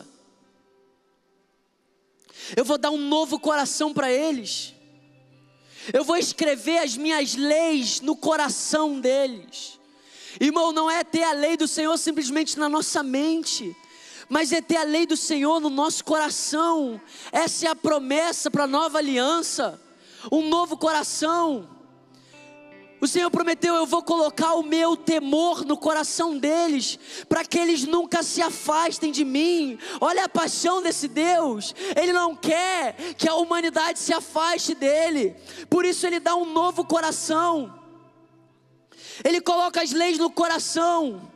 A: Eu vou dar um novo coração para eles. Eu vou escrever as minhas leis no coração deles. Irmão, não é ter a lei do Senhor simplesmente na nossa mente, mas é ter a lei do Senhor no nosso coração. Essa é a promessa para a nova aliança. Um novo coração. O Senhor prometeu, eu vou colocar o meu temor no coração deles, para que eles nunca se afastem de mim. Olha a paixão desse Deus. Ele não quer que a humanidade se afaste dele. Por isso Ele dá um novo coração. Ele coloca as leis no coração.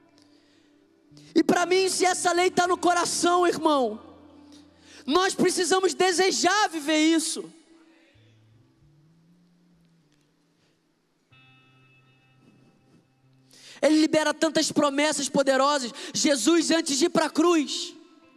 A: E para mim, se essa lei está no coração, irmão, nós precisamos desejar viver isso. Ele libera tantas promessas poderosas. Jesus, antes de ir para a cruz,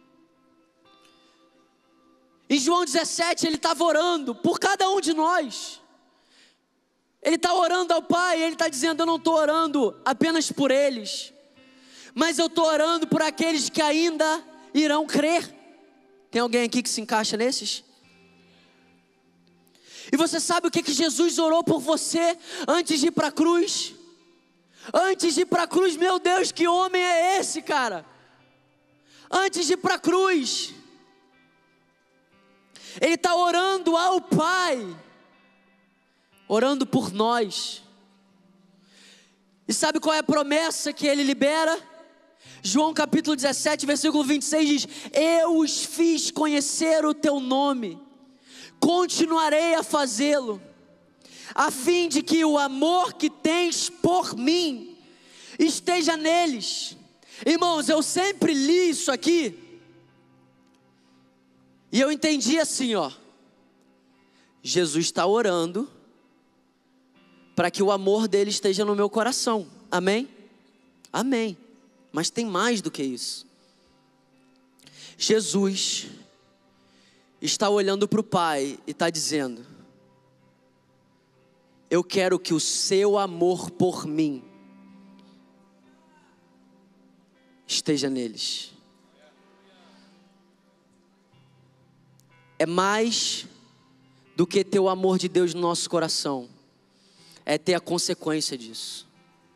A: em João dezessete, ele estava orando por cada um de nós. Ele está orando ao Pai, ele está dizendo, eu não estou orando apenas por eles, mas eu estou orando por aqueles que ainda irão crer. Tem alguém aqui que se encaixa nesses? E você sabe o que, que Jesus orou por você antes de ir para a cruz? Antes de ir para a cruz, meu Deus, que homem é esse, cara? Antes de ir para a cruz, ele está orando ao Pai, orando por nós. E sabe qual é a promessa que ele libera? João capítulo dezessete, versículo vinte e seis diz, eu os fiz conhecer o teu nome, continuarei a fazê-lo, a fim de que o amor que tens por mim esteja neles. Irmãos, eu sempre li isso aqui e eu entendi assim, ó, Jesus está orando para que o amor dele esteja no meu coração, amém? Amém, mas tem mais do que isso. Jesus está olhando para o Pai e está dizendo, eu quero que o seu amor por mim esteja neles. É mais do que ter o amor de Deus no nosso coração, é ter a consequência disso.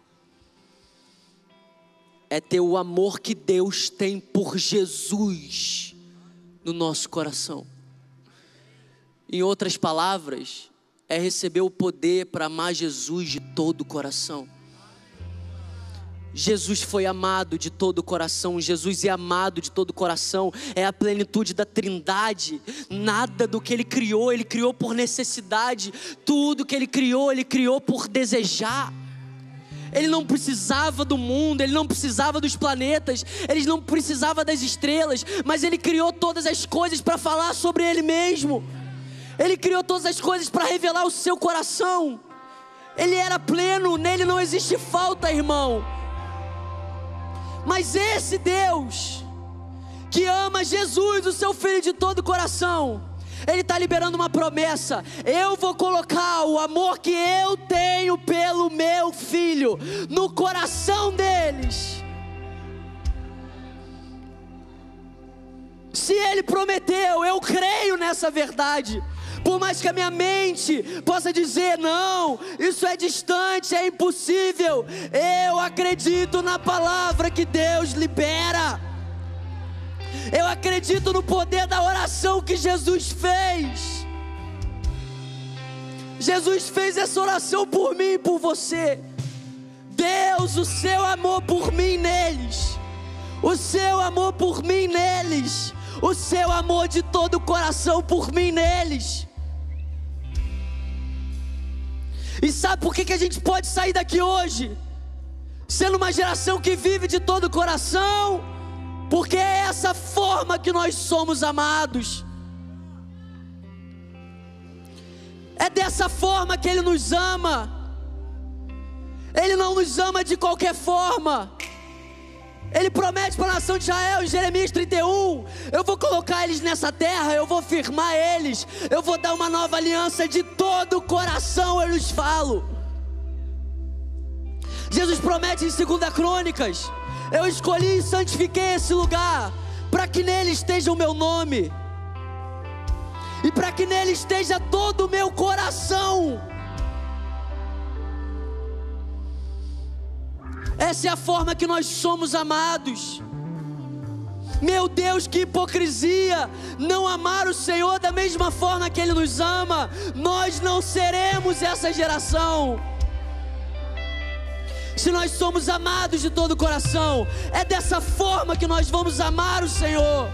A: É ter o amor que Deus tem por Jesus no nosso coração. Em outras palavras, é receber o poder para amar Jesus de todo o coração. Jesus foi amado de todo o coração. Jesus é amado de todo o coração. É a plenitude da Trindade. Nada do que Ele criou, Ele criou por necessidade. Tudo que Ele criou, Ele criou por desejar. Ele não precisava do mundo, Ele não precisava dos planetas, Ele não precisava das estrelas, mas Ele criou todas as coisas para falar sobre Ele mesmo. Ele criou todas as coisas para revelar o seu coração. Ele era pleno, nele não existe falta, irmão. Mas esse Deus, que ama Jesus, o seu Filho, de todo o coração, Ele está liberando uma promessa: eu vou colocar o amor que eu tenho pelo meu Filho no coração deles. Se Ele prometeu, eu creio nessa verdade. Por mais que a minha mente possa dizer: não, isso é distante, é impossível, eu acredito na palavra que Deus libera. Eu acredito no poder da oração que Jesus fez. Jesus fez essa oração por mim e por você. Deus, o seu amor por mim neles, o seu amor por mim neles, o seu amor de todo o coração por mim neles. E sabe por que, que a gente pode sair daqui hoje sendo uma geração que vive de todo o coração? Porque é essa forma que nós somos amados. É dessa forma que Ele nos ama. Ele não nos ama de qualquer forma. Ele promete para a nação de Israel em Jeremias trinta e um: eu vou colocar eles nessa terra, eu vou firmar eles, eu vou dar uma nova aliança, de todo o coração eu lhes falo. Jesus promete em segunda Crônicas: eu escolhi e santifiquei esse lugar, para que nele esteja o meu nome, e para que nele esteja todo o meu coração. Essa é a forma que nós somos amados. Meu Deus, que hipocrisia não amar o Senhor da mesma forma que Ele nos ama. Nós não seremos essa geração. Se nós somos amados de todo o coração, é dessa forma que nós vamos amar o Senhor.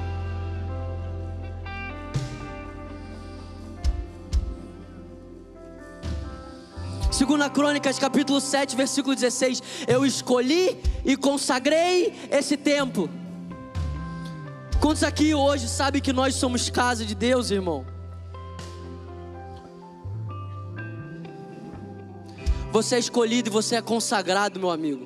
A: Segunda Crônicas, capítulo sete, versículo dezesseis: eu escolhi e consagrei esse tempo. Quantos aqui hoje sabem que nós somos casa de Deus, irmão? Você é escolhido e você é consagrado, meu amigo.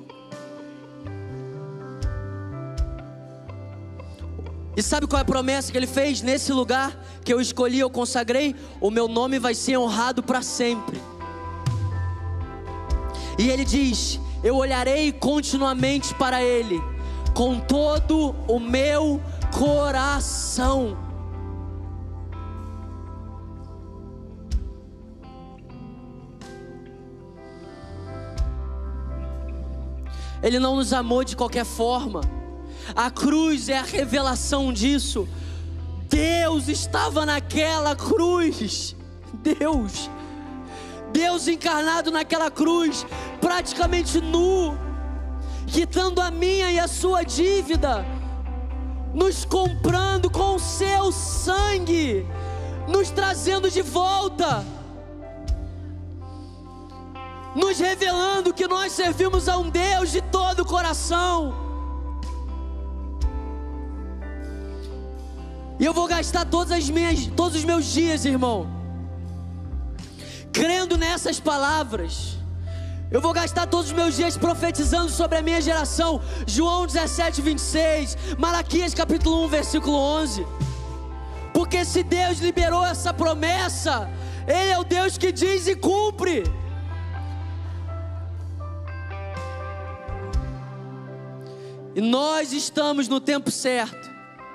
A: E sabe qual é a promessa que Ele fez? Nesse lugar que eu escolhi, eu consagrei, o meu nome vai ser honrado para sempre. E Ele diz: eu olharei continuamente para Ele, com todo o meu coração. Ele não nos amou de qualquer forma. A cruz é a revelação disso. Deus estava naquela cruz. Deus Deus encarnado naquela cruz, praticamente nu, quitando a minha e a sua dívida, nos comprando com o seu sangue, nos trazendo de volta, nos revelando que nós servimos a um Deus de todo o coração. E eu vou gastar todas as minhas, todos os meus dias, irmão, crendo nessas palavras. Eu vou gastar todos os meus dias profetizando sobre a minha geração. João dezessete, vinte e seis, Malaquias capítulo um, versículo onze. Porque se Deus liberou essa promessa, Ele é o Deus que diz e cumpre. E nós estamos no tempo certo.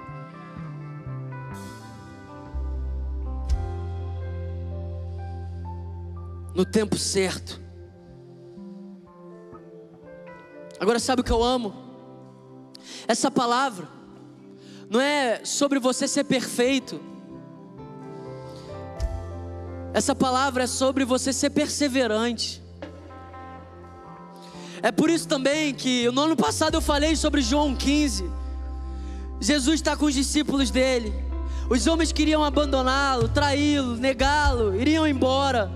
A: No tempo certo. Agora, sabe o que eu amo? Essa palavra não é sobre você ser perfeito. Essa palavra é sobre você ser perseverante. É por isso também que no ano passado eu falei sobre João quinze. Jesus está com os discípulos dele. Os homens queriam abandoná-lo, traí-lo, negá-lo, iriam embora.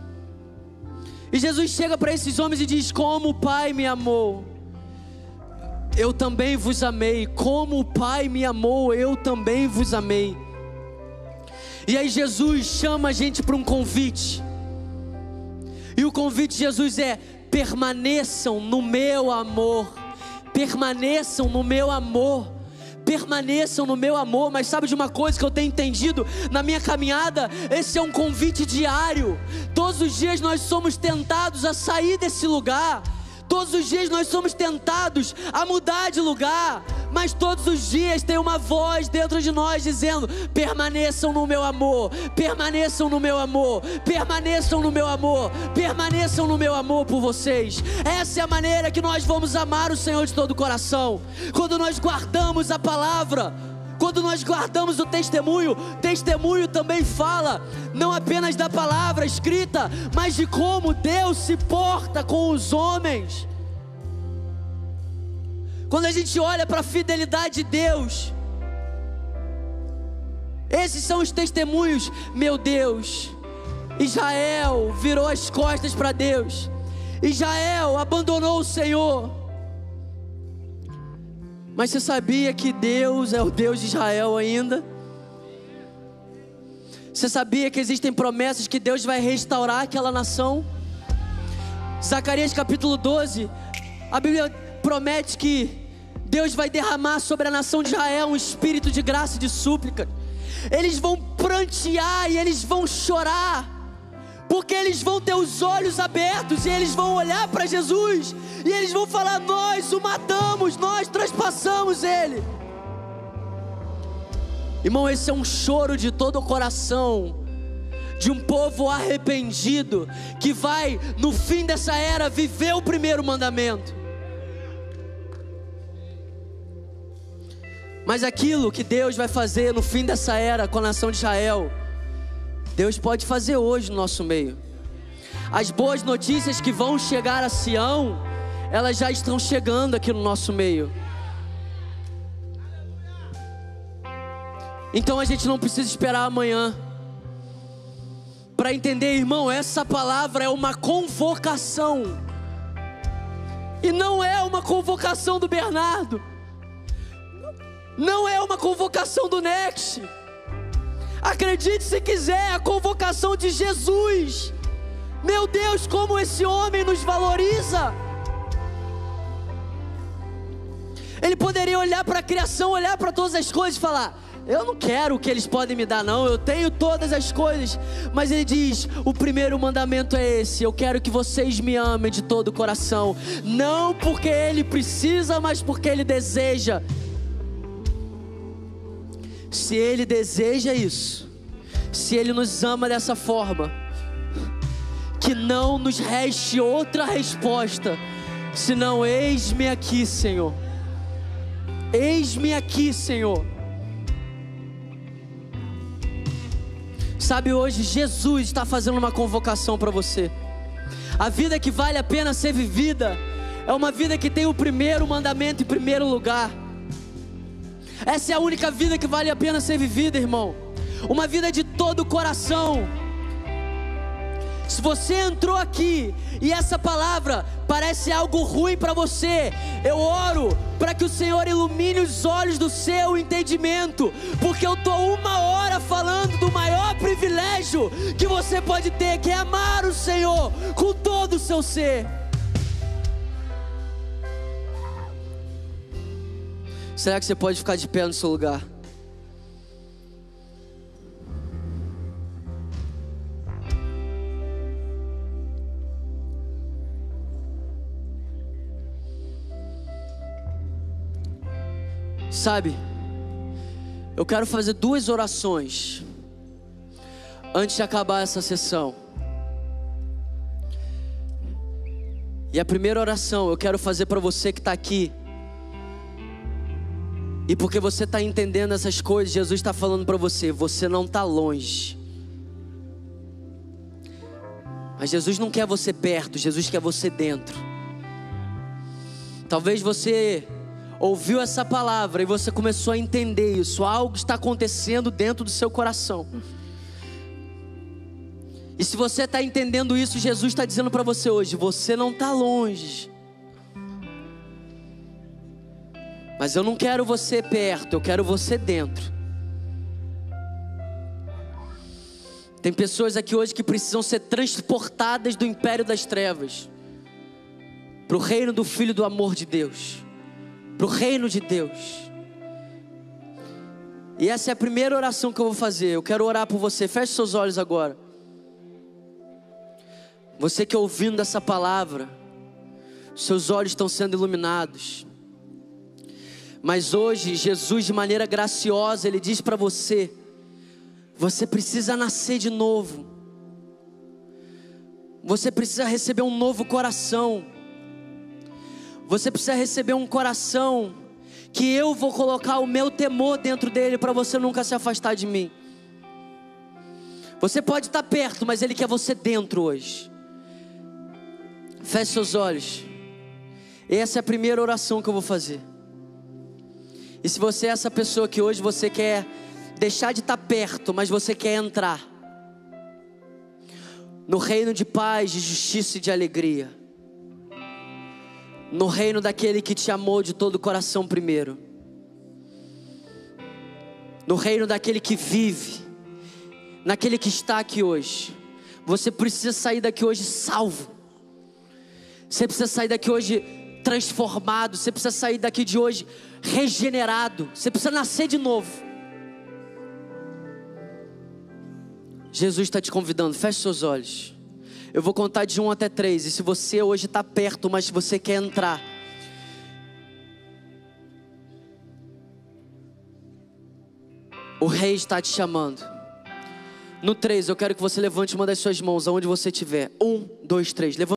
A: E Jesus chega para esses homens e diz: como o Pai me amou, eu também vos amei. Como o Pai me amou, eu também vos amei. E aí Jesus chama a gente para um convite. E o convite de Jesus é: permaneçam no meu amor, permaneçam no meu amor. Permaneçam no meu amor. Mas sabe de uma coisa que eu tenho entendido na minha caminhada? Esse é um convite diário. Todos os dias nós somos tentados a sair desse lugar. Todos os dias nós somos tentados a mudar de lugar. Mas todos os dias tem uma voz dentro de nós dizendo: permaneçam no meu amor, permaneçam no meu amor, permaneçam no meu amor, permaneçam no meu amor por vocês. Essa é a maneira que nós vamos amar o Senhor de todo o coração. Quando nós guardamos a palavra, quando nós guardamos o testemunho, testemunho também fala não apenas da palavra escrita, mas de como Deus se porta com os homens. Quando a gente olha para a fidelidade de Deus, esses são os testemunhos. Meu Deus, Israel virou as costas para Deus, Israel abandonou o Senhor. Mas você sabia que Deus é o Deus de Israel ainda? Você sabia que existem promessas que Deus vai restaurar aquela nação? Zacarias capítulo doze, a Bíblia promete que Deus vai derramar sobre a nação de Israel um espírito de graça e de súplica. Eles vão prantear e eles vão chorar, porque eles vão ter os olhos abertos e eles vão olhar para Jesus e eles vão falar: nós o matamos, nós traspassamos ele. Irmão, esse é um choro de todo o coração de um povo arrependido que vai no fim dessa era viver o primeiro mandamento. Mas aquilo que Deus vai fazer no fim dessa era com a nação de Israel, Deus pode fazer hoje no nosso meio. As boas notícias que vão chegar a Sião, elas já estão chegando aqui no nosso meio. Então a gente não precisa esperar amanhã para entender, irmão, essa palavra é uma convocação. E não é uma convocação do Bernardo, não é uma convocação do Next. Acredite se quiser, a convocação de Jesus. Meu Deus, como esse homem nos valoriza. Ele poderia olhar para a criação, olhar para todas as coisas e falar: eu não quero o que eles podem me dar não, eu tenho todas as coisas. Mas ele diz: o primeiro mandamento é esse: eu quero que vocês me amem de todo o coração. Não porque ele precisa, mas porque ele deseja. Se ele deseja isso, se ele nos ama dessa forma, que não nos reste outra resposta senão: eis-me aqui, Senhor. Eis-me aqui, Senhor. Sabe, hoje Jesus está fazendo uma convocação para você. A vida que vale a pena ser vivida é uma vida que tem o primeiro mandamento em primeiro lugar. Essa é a única vida que vale a pena ser vivida, irmão. Uma vida de todo o coração. Se você entrou aqui e essa palavra parece algo ruim para você, eu oro para que o Senhor ilumine os olhos do seu entendimento, porque eu estou uma hora falando do maior privilégio que você pode ter, que é amar o Senhor com todo o seu ser. Será que você pode ficar de pé no seu lugar? Sabe, eu quero fazer duas orações antes de acabar essa sessão. E a primeira oração eu quero fazer para você que está aqui. E porque você está entendendo essas coisas, Jesus está falando para você: você não está longe. Mas Jesus não quer você perto, Jesus quer você dentro. Talvez você ouviu essa palavra e você começou a entender isso. Algo está acontecendo dentro do seu coração. E se você está entendendo isso, Jesus está dizendo para você hoje: você não está longe. Mas eu não quero você perto, eu quero você dentro. Tem pessoas aqui hoje que precisam ser transportadas do império das trevas para o reino do Filho do amor de Deus. para o reino de Deus. E essa é a primeira oração que eu vou fazer. Eu quero orar por você. Feche seus olhos agora. Você que ouvindo essa palavra, seus olhos estão sendo iluminados. Mas hoje Jesus, de maneira graciosa, Ele diz para você: você precisa nascer de novo. Você precisa receber um novo coração. Você precisa receber um coração que eu vou colocar o meu temor dentro dele, para você nunca se afastar de mim. Você pode estar perto, mas Ele quer você dentro hoje. Feche seus olhos. Essa é a primeira oração que eu vou fazer. E se você é essa pessoa que hoje você quer deixar de estar perto, mas você quer entrar no reino de paz, de justiça e de alegria, no reino daquele que te amou de todo o coração primeiro, no reino daquele que vive, naquele que está aqui hoje, você precisa sair daqui hoje salvo. Você precisa sair daqui hoje transformado. Você precisa sair daqui de hoje regenerado. Você precisa nascer de novo. Jesus está te convidando. Feche seus olhos. Eu vou contar de um até três. E se você hoje está perto, mas você quer entrar, o Rei está te chamando. No três, eu quero que você levante uma das suas mãos aonde você estiver. Um, dois, três. Levante.